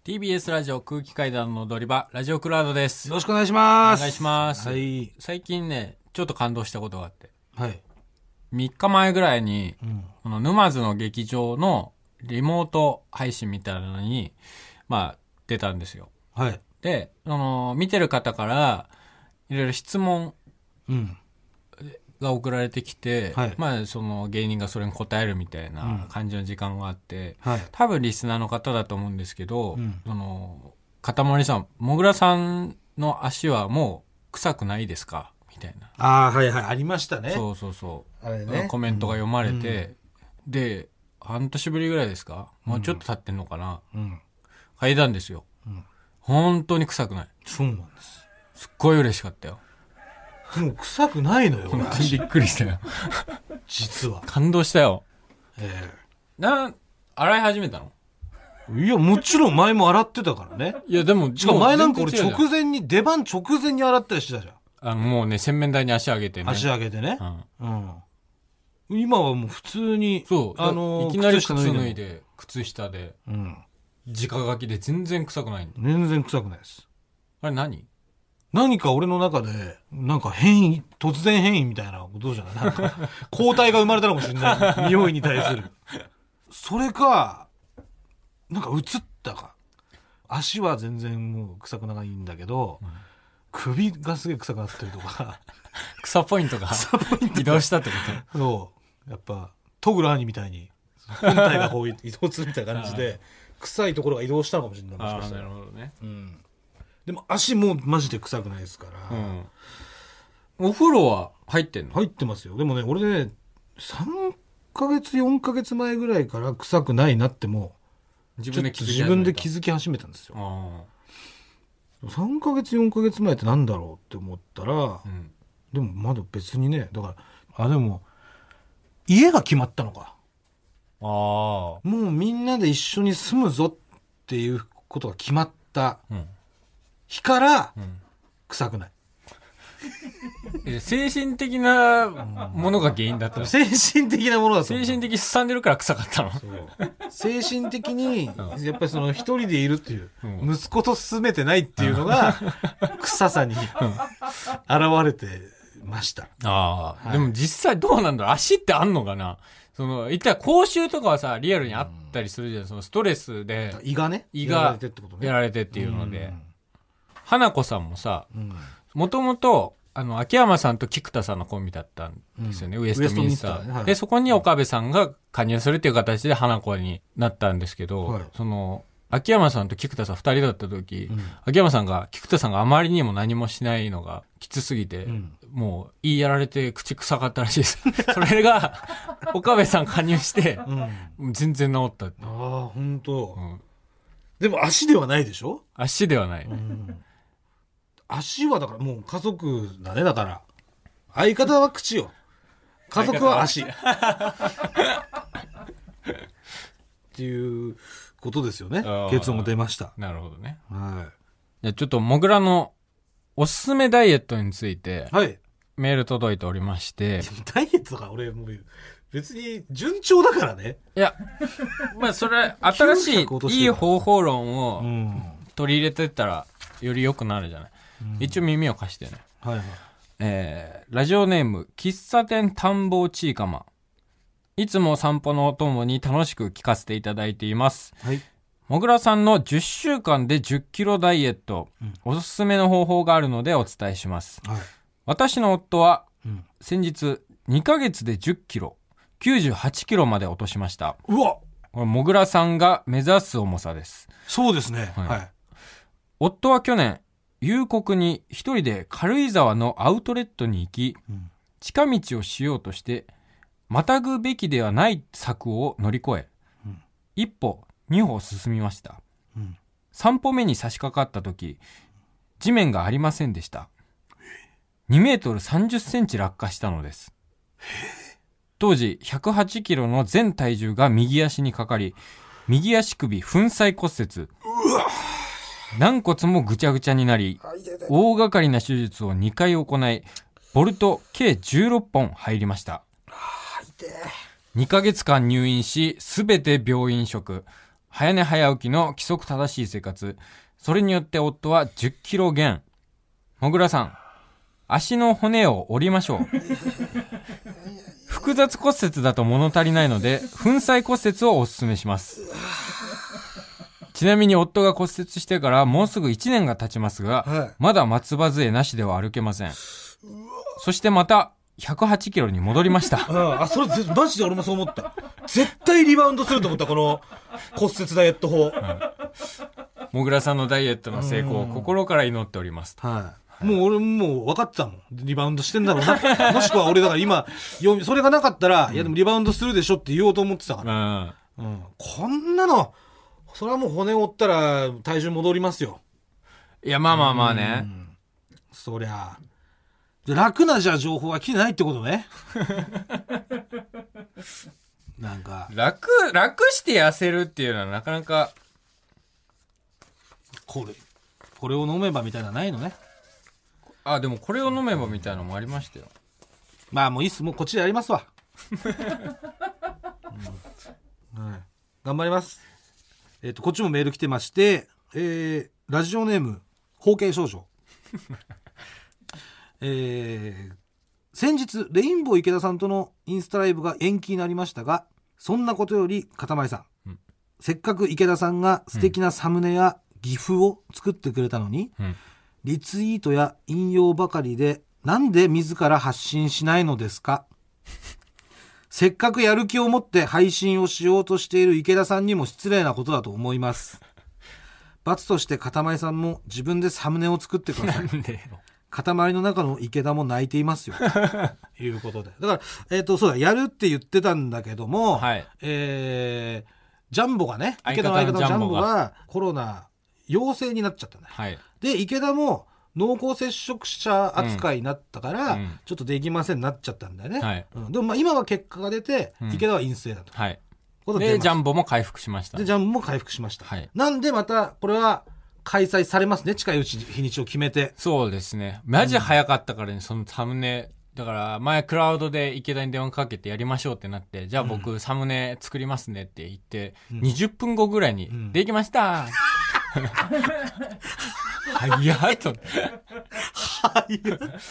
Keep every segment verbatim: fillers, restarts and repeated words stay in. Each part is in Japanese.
ティービーエス ラジオ空気階段の踊り場、ラジオクラウドです。 よろしくお願いします。 お願いします。 はい。 最近ね、ちょっと感動したことがあって。 はい。 みっかまえぐらいに、 うん、 この沼津の劇場のリモート配信みたいなのに、まあ、出たんですよ。 はい。 で、あの、見てる方から、いろいろ質問、 うんが送られてきて、 はい、 まあその芸人がそれに答えるみたいな感じの時間があって、 うんはい、 多分リスナーの方だと思うんですけど、 うん、 そのかたまりさん、もぐらさんの足はもう臭くないですかみたいな。 ああはいはいありましたね。 そうそうそう。 あれね。 コメントが読まれて、うん、で半年ぶりぐらいですか、 うん、 もうちょっと経ってんのかな。 うん、 嗅いだんですよ、うん。本当に臭くない。 そうなんです。 すっごい嬉しかったよ。 もう臭くないのよ。 本当にびっくりしたよ。 実は。 感動したよ。 ええー、な、洗い始めたの？ いや、もちろん前も洗ってたからね。 いや、でも、 しかも前なんか俺直前に、出番直前に洗ったりしてたじゃん。 あの、もうね、洗面台に足上げてね。 足上げてね。 うん。 うん、今はもう普通に、 そう、 あのー、 いきなり靴脱いで、靴下で、 うん。 直書きで全然臭くないんだ。 全然臭くないです。 あれ何？ 何か俺の中で、なんか変異、突然変異みたいなことじゃない？なんか、抗体が生まれたのかもしれない。匂いに対する。それか、なんか映ったか。足は全然もう臭くないんだけど、うん、首がすげえ臭くなったりとか。 草ポイントが移動したってこと？そう。やっぱ、トグラーニみたいに、本体がこう移動するみたいな感じで、臭いところが移動したのかもしれない。もしかしたら。 ああ、なるほどね。 うん。でも足もマジで臭くないですから、 うん、お風呂は入ってんの？ 入ってますよ。でもね俺ねさんかげつよんかげつまえぐらいから臭くないなっても自分で気づき自分で気づき始めたんですよ。あさんかげつよんかげつまえってなんだろうって思ったら、うん、でもまだ別にねだからあでも家が決まったのか。 あもうみんなで一緒に住むぞっていうことが決まった、うん日から臭くない、 うん、精神的なものが原因だったの？ 精神的なものだった精神的にすさんでるから臭かったの？ そう精神的にやっぱりその一人でいるっていう、うん、息子と住めてないっていうのが臭さに現れてました。 ああ、はい、でも実際どうなんだろう、足ってあんのかな。その一体口臭とかはさリアルにあったりするじゃん、うん、そのストレスで胃がね胃がやられてってことね、やられてっていうので、うん花子さんもさ、もともと、あの、秋山さんと菊田さんのコンビだったんですよね、うん、ウエストミンスター。ねはい、で、そこに岡部さんが加入するっていう形で花子になったんですけど、はい、その、秋山さんと菊田さん二人だった時、うん、秋山さんが、菊田さんがあまりにも何もしないのがきつすぎて、うん、もう言いやられて口臭かったらしいです。それが、岡部さん加入して、うん、全然治ったって。 ああ、ほんと。うん、でも足ではないでしょ？ 足ではない。 うん足はだからもう家族だね。だから相方は口よ、家族は足っていうことですよね。結論も出ました。 なるほどね。 はい。 じゃあちょっともぐらのおすすめダイエットについて、 はい、 メール届いておりまして。 ダイエットとか俺もう別に順調だからね。 いやまあそれ新しいいい方法論を取り入れてったらより良くなるじゃない。うん、一応耳を貸してね。 はいはい。 えー、ラジオネーム喫茶店探訪チーカマ。いつも散歩のお供に楽しく聞かせていただいています。 はい。 もぐらさんのじゅっしゅうかんでじゅっキロダイエット、うん、おすすめの方法があるのでお伝えします。はい。私の夫は、うん、先日にかげつでじゅっキロ、きゅうじゅうはちキロまで落としました。 うわ。 これもぐらさんが目指す重さです。 そうですね。はい。はい、 夫は去年夕刻に一人で軽井沢のアウトレットに行き、うん、近道をしようとしてまたぐべきではない柵を乗り越え、うん、一歩二歩進みました、うん、三歩目に差し掛かった時地面がありませんでした。にメートルさんじゅっセンチ落下したのです。当時ひゃくはちキロの全体重が右足にかかり右足首粉砕骨折、 うわ軟骨もぐちゃぐちゃになり、大掛かりな手術をにかい行い、ボルト計じゅうろっぽん入りました。にかげつかん入院し、すべて病院食。 早寝早起きの規則正しい生活。それによって夫はじゅっキロ減。もぐらさん、足の骨を折りましょう。複雑骨折だと物足りないので、粉砕骨折をお勧めします。ちなみに夫が骨折してからもうすぐいちねんが経ちますが、はい、まだ松葉杖なしでは歩けません。そしてまたひゃくはちキロに戻りました。 ああ、それマジで俺もそう思った。絶対リバウンドすると思った、この骨折ダイエット法。 もぐらさんのダイエットの成功を心から祈っております。 はい。もう俺もう分かってたもん。リバウンドしてんだろうな。もしくは俺だから今、それがなかったら、うん、いやでもリバウンドするでしょって言おうと思ってたから。うん。うん、こんなの、それはもう骨折ったら体重戻りますよ。 いや、まあまあまあね。 うん、そりゃ。楽なじゃあ情報は来てないってことね。なんか。 楽、楽して痩せるっていうのはなかなか。 これ、これを飲めばみたいなのないのね。 あ、でもこれを飲めばみたいなのもありましたよ。 まあもういいっす。もうこっちでやりますわ。うんはい、頑張ります。えっと、こっちもメール来てまして、えー、ラジオネーム、包茎少女。えー、先日レインボー池田さんとのインスタライブが延期になりましたが、そんなことよりかたまりさん、うん、せっかく池田さんが素敵なサムネやギフを作ってくれたのに、うん、リツイートや引用ばかりでなんで自ら発信しないのですか？せっかくやる気を持って配信をしようとしている池田さんにも失礼なことだと思います。罰としてかたまりさんも自分でサムネを作ってください。なんでよ。塊の中の池田も泣いていますよ。ということで。だから、えっと、そうだ、やるって言ってたんだけども、はい、えー、ジャンボがね、池田の相方のジャンボがコロナ陽性になっちゃったね。はい、で、池田も濃厚接触者扱いになったから、うん、ちょっとできませんなっちゃったんだよね。はいうん、でもまあ今は結果が出て、うん、池田は陰性だと。はい、 で、ジャンボも回復しました。 で、ジャンボも回復しました。はい、なんでまた、これは、開催されますね。近いうち日にちを決めて。 そうですね。マジ早かったからね、うん、そのサムネ。だから、前クラウドで池田に電話かけてやりましょうってなって、じゃあ僕、うん、サムネ作りますねって言って、うん、にじゅっぷんごぐらいに、うん、できました早いと。早い。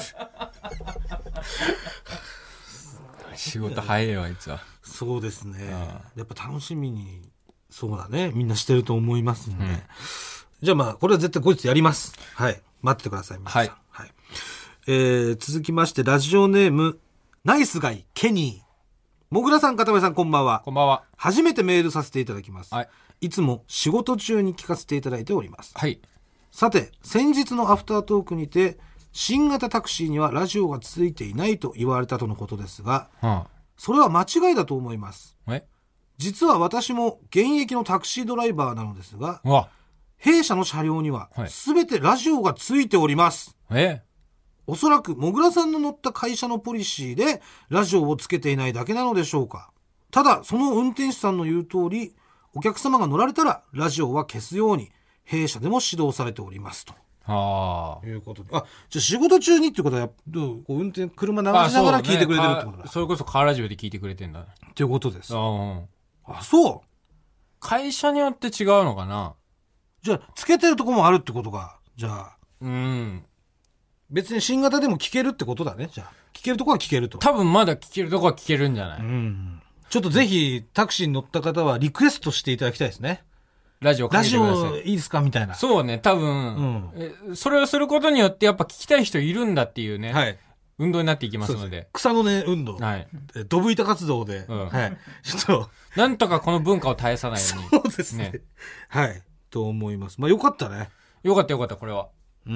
仕事早いわ、あいつは。 そうですね。やっぱ楽しみに、そうだね。みんなしてると思いますんで。うんじゃあまあ、これは絶対後日やります。はい。待っててください、皆さん。はい。はい、えー、続きまして、ラジオネーム、ナイスガイ、ケニー。もぐらさん、かたまりさん、こんばんは。 こんばんは。 初めてメールさせていただきます。はい。いつも仕事中に聞かせていただいております。はい。さて、先日のアフタートークにて、新型タクシーにはラジオがついていないと言われたとのことですが、はあ、それは間違いだと思います。え？実は私も現役のタクシードライバーなのですが、うわ弊社の車両には全てラジオがついております。はい、えおそらくもぐらさんの乗った会社のポリシーでラジオをつけていないだけなのでしょうか。ただその運転手さんの言う通り、お客様が乗られたらラジオは消すように弊社でも指導されておりますと。はあ。いうことで。あ、じゃあ仕事中にってことはどうこう運転車流しながら聞いてくれてるってことだ。 そ, ね、それこそカーラジオで聞いてくれてんだ。 っていうことです。ああ、そう。 会社によって違うのかな。 じゃあ、つけてるとこもあるってことか。じゃあ。うん。別に新型でも聞けるってことだね。じゃあ。聞けるとこは聞けると。 多分まだ聞けるとこは聞けるんじゃない？うん。 ちょっとぜひ、タクシーに乗った方はリクエストしていただきたいですね。 ラジオかけてください。 ラジオいいですかみたいな。 そうね、多分、うん、それをすることによってやっぱ聞きたい人いるんだっていうね。はい。運動になっていきますので。 草の根運動。はい。ドブ板活動で。うん、はい。ちょっと。 なんとかこの文化を絶やさないように。 そうですね。ねはい。と思います。まあよかったね。 よかったよかった、これは。 うん。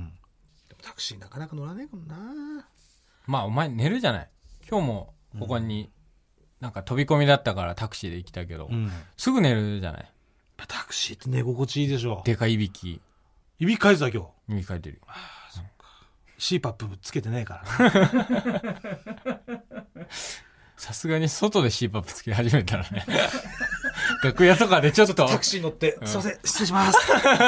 でもタクシーなかなか乗らねえかもな。 まあお前寝るじゃない。今日もここに、なんか飛び込みだったからタクシーで行きたけど、うん、すぐ寝るじゃない。 タクシーって寝心地いいでしょ。 でかいいびき。 いびきかいてた今日。 いびきかいてる。ああ、そっか。シーパップ つけてねえからな。さすがに外で シーパップ つけ始めたらね。楽屋とかでちょっとタクシー乗って、うん、すいません失礼します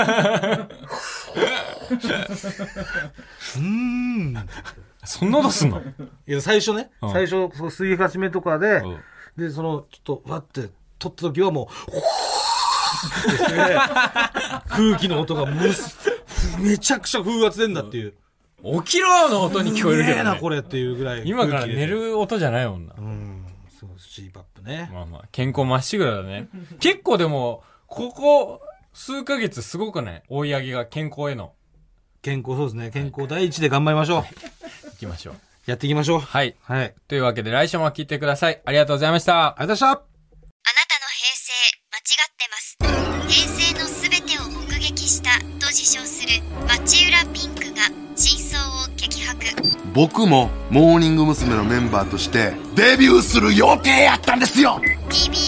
うーんそんなことすんの？ いや最初ね、うん、最初その吸い始めとかで、うん、でそのちょっとわって撮った時はもうってして空気の音がむすめちゃくちゃ風圧出んだっていう。 起きろの音に聞こえるけどね。 すげえなこれっていうぐらい。 今から寝る音じゃないもんな。 うん。そう、シーパップ ね。 まあまあ、健康まっしぐらだね。結構でも、ここ数ヶ月すごくない？追い上げが健康への。 健康そうですね。健康第一で頑張りましょう。 行きましょう。 やっていきましょう。 はい。 はい。 というわけで来週も聞いてください。ありがとうございました。 ありがとうございました。 あなたの平成間違ってます。平成のすべてを目撃したと自称する町浦ピンクが真相を激白。 僕もモーニング娘。のメンバーとしてデビューする予定やったんですよ。 ティービーエス